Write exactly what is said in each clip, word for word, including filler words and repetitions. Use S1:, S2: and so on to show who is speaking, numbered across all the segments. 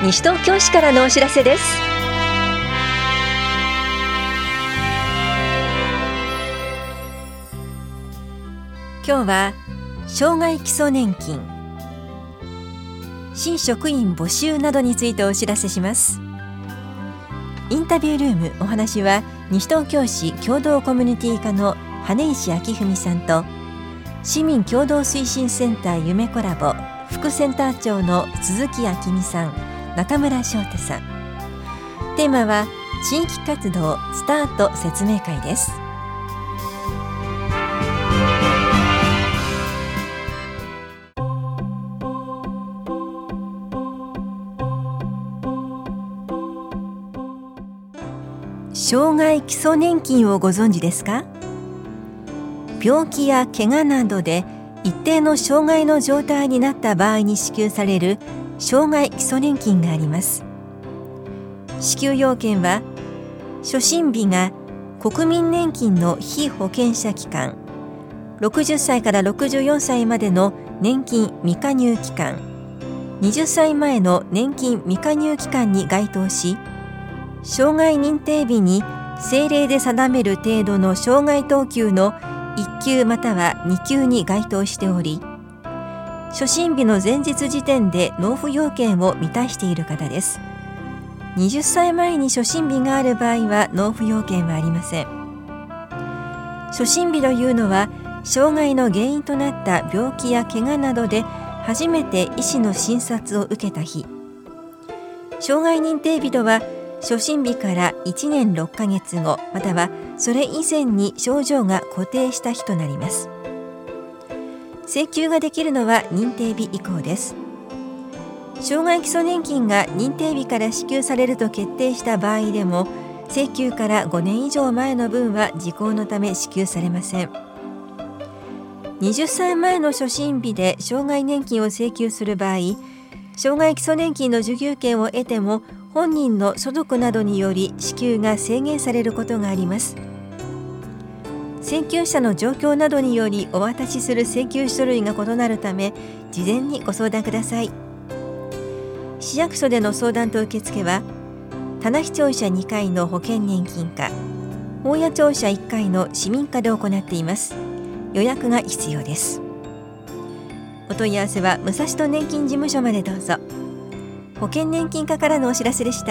S1: 西東京市からのお知らせです。今日は障害基礎年金、新職員募集などについてお知らせします。インタビュールーム、お話は西東京市共同コミュニティ課の羽石明文さんと、市民共同推進センター夢コラボ副センター長の鈴木明美さん、中村翔太さん。テーマは地域活動スタート説明会です。障害基礎年金をご存知ですか？病気や怪我などで一定の障害の状態になった場合に支給される障害基礎年金があります。支給要件は、初診日が国民年金の被保険者期間、ろくじゅっさいからろくじゅうよんさいまでの年金未加入期間、はたちまえの年金未加入期間に該当し、障害認定日に政令で定める程度の障害等級のいっ級またはに級に該当しており、初診日の前日時点で納付要件を満たしている方です。はたちまえに初診日がある場合は納付要件はありません。初診日というのは、障害の原因となった病気や怪我などで初めて医師の診察を受けた日。障害認定日とは、初診日からいちねんろっかげつご、またはそれ以前に症状が固定した日となります。請求ができるのは認定日以降です。障害基礎年金が認定日から支給されると決定した場合でも、請求からごねん以上前の分は時効のため支給されません。はたちまえの初診日で障害年金を請求する場合、障害基礎年金の受給権を得ても本人の所得などにより支給が制限されることがあります。請求者の状況などによりお渡しする請求書類が異なるため、事前にご相談ください。市役所での相談と受付は、棚視庁舎にかいの保険年金課、保谷庁舎いっかいの市民課で行っています。予約が必要です。お問い合わせは武蔵野年金事務所までどうぞ。保険年金課からのお知らせでした。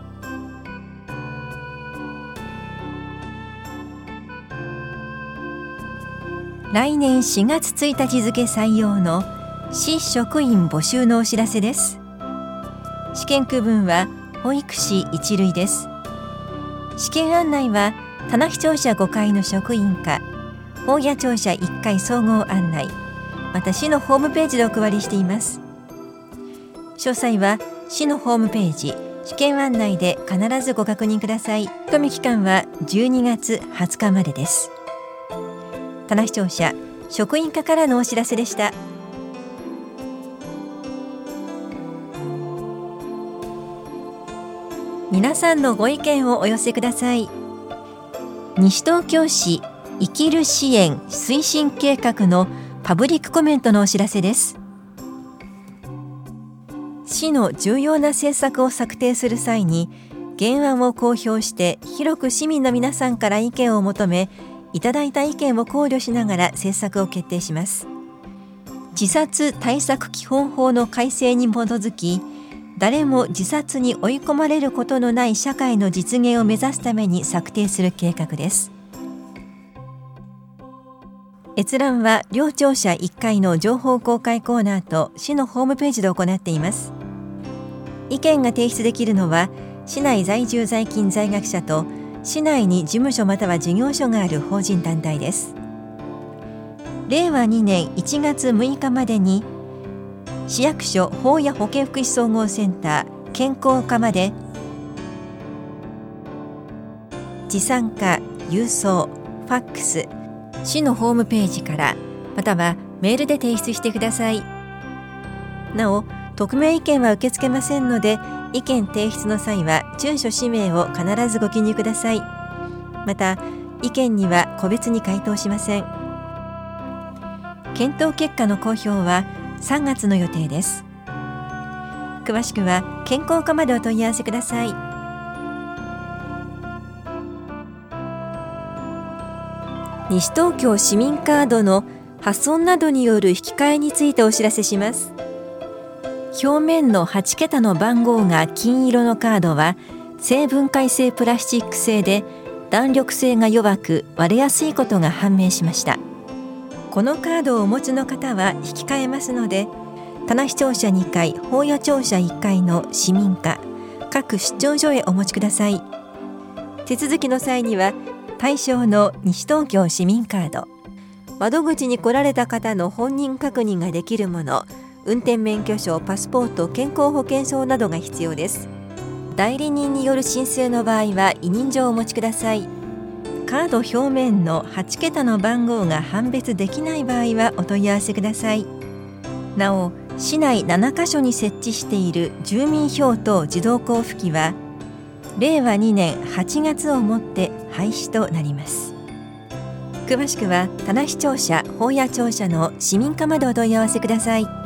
S1: 来年しがつついたち付採用の市職員募集のお知らせです。試験区分は保育士一類です。試験案内は棚視庁舎ごかいの職員課、保谷庁舎いっかい総合案内、また市のホームページでお配りしています。詳細は市のホームページ試験案内で必ずご確認ください。込み期間はじゅうにがつはつかまでです。棚視聴者職員課からのお知らせでした。皆さんのご意見をお寄せください。西東京市生きる支援推進計画のパブリックコメントのお知らせです。市の重要な政策を策定する際に原案を公表して広く市民の皆さんから意見を求め、いただいた意見を考慮しながら政策を決定します。自殺対策基本法の改正に基づき、誰も自殺に追い込まれることのない社会の実現を目指すために策定する計画です。閲覧は両庁舎いっかいの情報公開コーナーと市のホームページで行っています。意見が提出できるのは、市内在住在勤在学者と市内に事務所または事業所がある法人団体です。れいわにねんいちがつむいかまでに市役所保谷保健福祉総合センター健康課まで持参化、郵送、ファックス、市のホームページからまたはメールで提出してください。なお、匿名意見は受け付けませんので、意見提出の際は住所氏名を必ずご記入ください。また、意見には個別に回答しません。検討結果の公表はさんがつの予定です。 詳しくは健康課までお問い合わせください。西東京市民カードの破損などによる引き換えについてお知らせします。表面のはちけたの番号が金色のカードは生分解性プラスチック製で弾力性が弱く割れやすいことが判明しました。このカードをお持ちの方は引き換えますので、棚視聴者にかい、保谷庁舎いっかいの市民課各出張所へお持ちください。手続きの際には対象の西東京市民カード、窓口に来られた方の本人確認ができるもの、運転免許証、パスポート、健康保険証などが必要です。代理人による申請の場合は委任状をお持ちください。カード表面のはちけたの番号が判別できない場合はお問い合わせください。なお、市内ななかしょに設置している住民票等自動交付機はれいわにねんはちがつをもって廃止となります。詳しくは棚視聴者、保谷庁舎の市民課までお問い合わせください。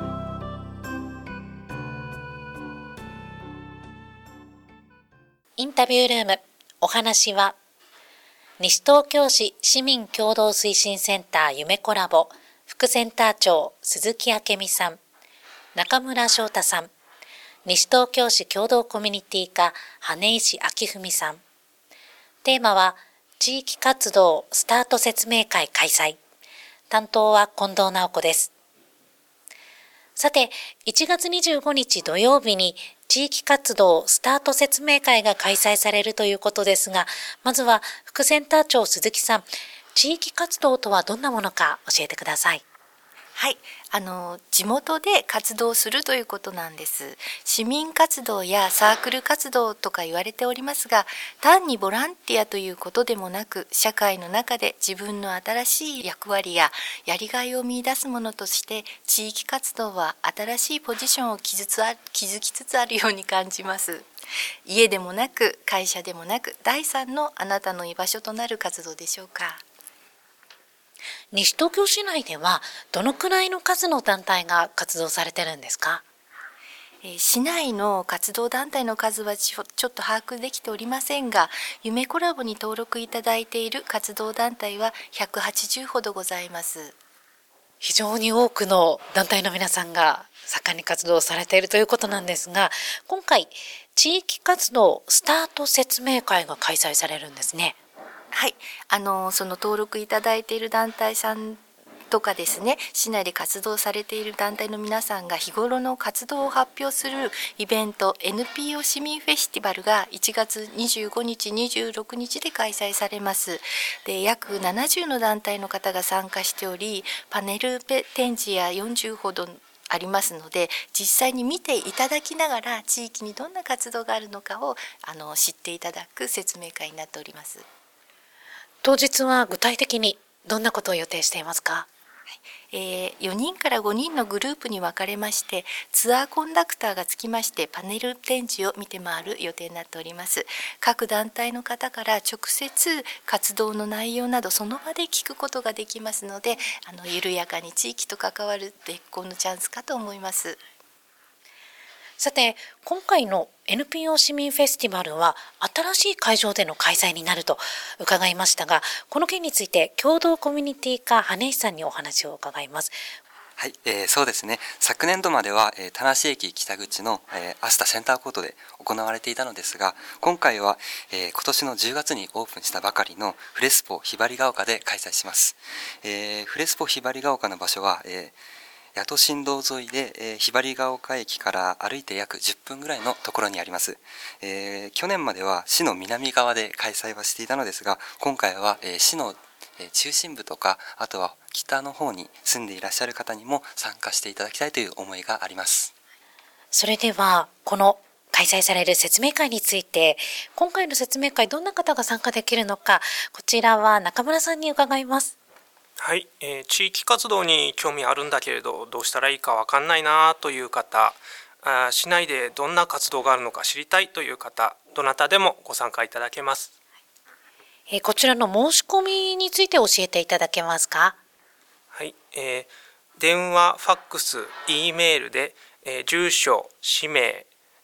S2: インタビュールーム、お話は西東京市市民共同推進センター夢コラボ副センター長鈴木明美さん、中村翔太さん、西東京市共同コミュニティ課羽石明文さん。テーマは地域活動スタート説明会開催。担当は近藤直子です。さて、いちがつにじゅうごにち土曜日に地域活動スタート説明会が開催されるということですが、まずは副センター長鈴木さん、地域活動とはどんなものか教えてください。
S3: はい、あの地元で活動するということなんです。市民活動やサークル活動とか言われておりますが、単にボランティアということでもなく、社会の中で自分の新しい役割ややりがいを見出すものとして、地域活動は新しいポジションを築きつつあるように感じます。家でもなく会社でもなく、第三のあなたの居場所となる活動でしょうか。
S2: 西東京市内ではどのくらいの数の団体が活動されてるんですか？
S3: えー、市内の活動団体の数はちょ、ちょっと把握できておりませんが、夢コラボに登録いただいている活動団体はひゃくはちじゅうほどございます。
S2: 非常に多くの団体の皆さんが盛んに活動されているということなんですが、今回地域活動スタート説明会が開催されるんですね。
S3: はい、あのその登録いただいている団体さんとかですね、市内で活動されている団体の皆さんが日頃の活動を発表するイベント エヌピーオー 市民フェスティバルがいちがつにじゅうごにち、にじゅうろくにちで開催されます。で、約ななじゅうの団体の方が参加しており、パネル展示やよんじゅうほどありますので、実際に見ていただきながら地域にどんな活動があるのかをあの知っていただく説明会になっております。
S2: 当日は具体的にどんなことを予定していますか？
S3: えー、よにんからごにんのグループに分かれまして、ツアーコンダクターがつきましてパネル展示を見て回る予定になっております。各団体の方から直接活動の内容などその場で聞くことができますので、あの緩やかに地域と関わる絶好のチャンスかと思います。
S2: さて、今回の エヌピーオー 市民フェスティバルは新しい会場での開催になると伺いましたが、この件について共同コミュニティ課羽石さんにお話を伺います。
S4: はい、えー、そうですね。昨年度までは、えー、田無駅北口の、えー、アスタセンターコートで行われていたのですが、今回は、えー、今年のじゅうがつにオープンしたばかりのフレスポひばりが丘で開催します。えー、フレスポひばりが丘の場所は、えー八戸新道沿いで、えー、ひばりが丘駅から歩いて約じゅっぷんぐらいのところにあります。えー、去年までは市の南側で開催はしていたのですが、今回は、えー、市の中心部とか、あとは北の方に住んでいらっしゃる方にも参加していただきたいという思いがあります。
S2: それではこの開催される説明会について、今回の説明会どんな方が参加できるのか、こちらは中村さんに伺います。
S5: はい、えー、地域活動に興味あるんだけれどどうしたらいいか分かんないなという方、あ市内でどんな活動があるのか知りたいという方、どなたでもご参加いただけます。
S2: えー、こちらの申し込みについて教えていただけますか？
S5: はい、えー、電話、ファックス、E メールで、えー、住所、氏名、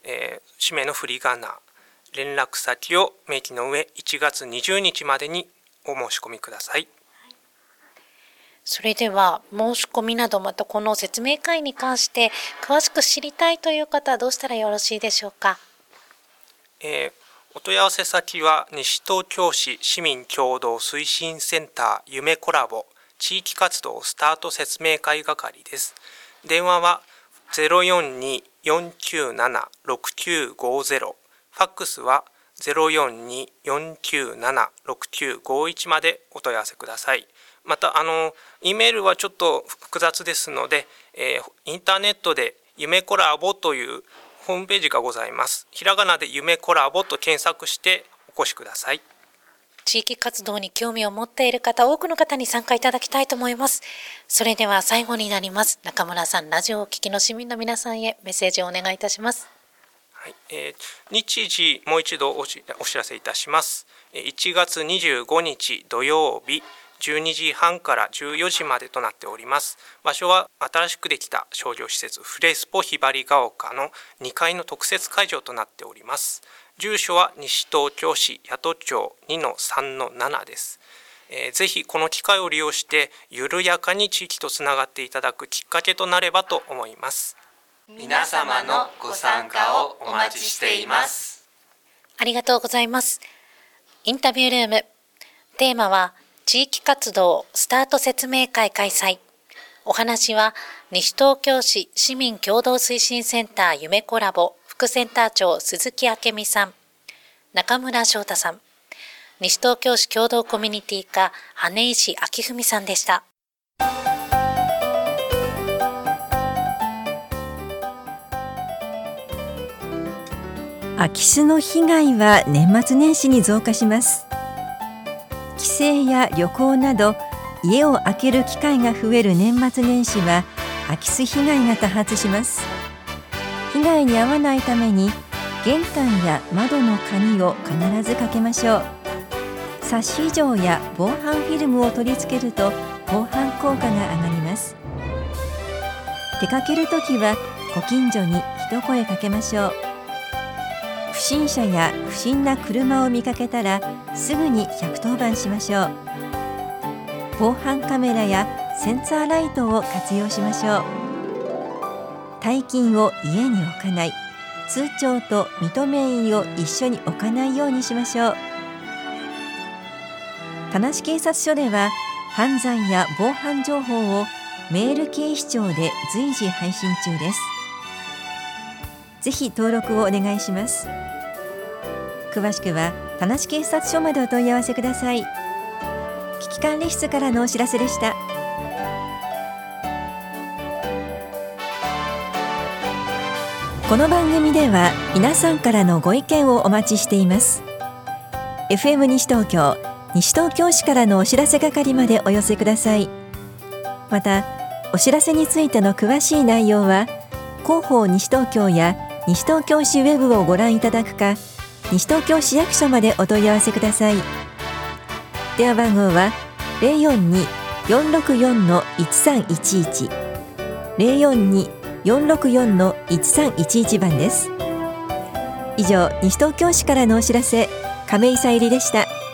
S5: えー、氏名の振り仮名、連絡先を明記の上いちがつにじゅうにちまでにお申し込みください。
S2: それでは申し込みなどまたこの説明会に関して詳しく知りたいという方はどうしたらよろしいでしょうか。
S5: えー、お問い合わせ先は西東京市市民共同推進センター夢コラボ地域活動スタート説明会係です。電話は ゼロよんに よんきゅうなな ろくきゅうごゼロ、ファックスは ゼロよんに よんきゅうなな ろくきゅうごいち までお問い合わせください。またあの E メールはちょっと複雑ですので、えー、インターネットで夢コラボというホームページがございます。ひらがなで夢コラボと検索してお越しください。
S2: 地域活動に興味を持っている方、多くの方に参加いただきたいと思います。それでは最後になります。中村さん、ラジオをお聞きの市民の皆さんへメッセージをお願いいたします。
S5: はい、えー、日時もう一度 お, しお知らせいたします。いちがつにじゅうごにち土曜日じゅうにじはんからじゅうよじまでとなっております。場所は新しくできた商業施設フレスポひばりが丘のにかいの特設会場となっております。住所は西東京市八戸町 にのさんのなな です。えー、ぜひこの機会を利用して緩やかに地域とつながっていただくきっかけとなればと思います。
S6: 皆様のご参加をお待ちしています。
S2: ありがとうございます。インタビュールーム、テーマは地域活動スタート説明会開催。お話は西東京市市民共同推進センター夢コラボ副センター長鈴木明美さん、中村翔太さん、西東京市共同コミュニティ課羽石明文さんでした。
S1: 空き巣の被害は年末年始に増加します。帰省や旅行など家を空ける機会が増える年末年始は空き巣被害が多発します。被害に遭わないために玄関や窓の鍵を必ずかけましょう。サッシ錠や防犯フィルムを取り付けると防犯効果が上がります。出かけるときはご近所に一声かけましょう。不審者や不審な車を見かけたらすぐにひゃくとおばんしましょう。防犯カメラやセンサーライトを活用しましょう。大金を家に置かない、通帳と認め印を一緒に置かないようにしましょう。田無警察署では犯罪や防犯情報をメール警視庁で随時配信中です。ぜひ登録をお願いします。詳しくは田無警察署までお問い合わせください。危機管理室からのお知らせでした。この番組では皆さんからのご意見をお待ちしています。 エフエム 西東京西東京市からのお知らせ係までお寄せください。またお知らせについての詳しい内容は広報西東京や西東京市ウェブをご覧いただくか西東京市役所までお問い合わせください。電話番号は ゼロよんに よんろくよん いちさんいちいち ゼロよんに よんろくよん いちさんいちいち 番です。以上、西東京市からのお知らせ、亀井さゆりでした。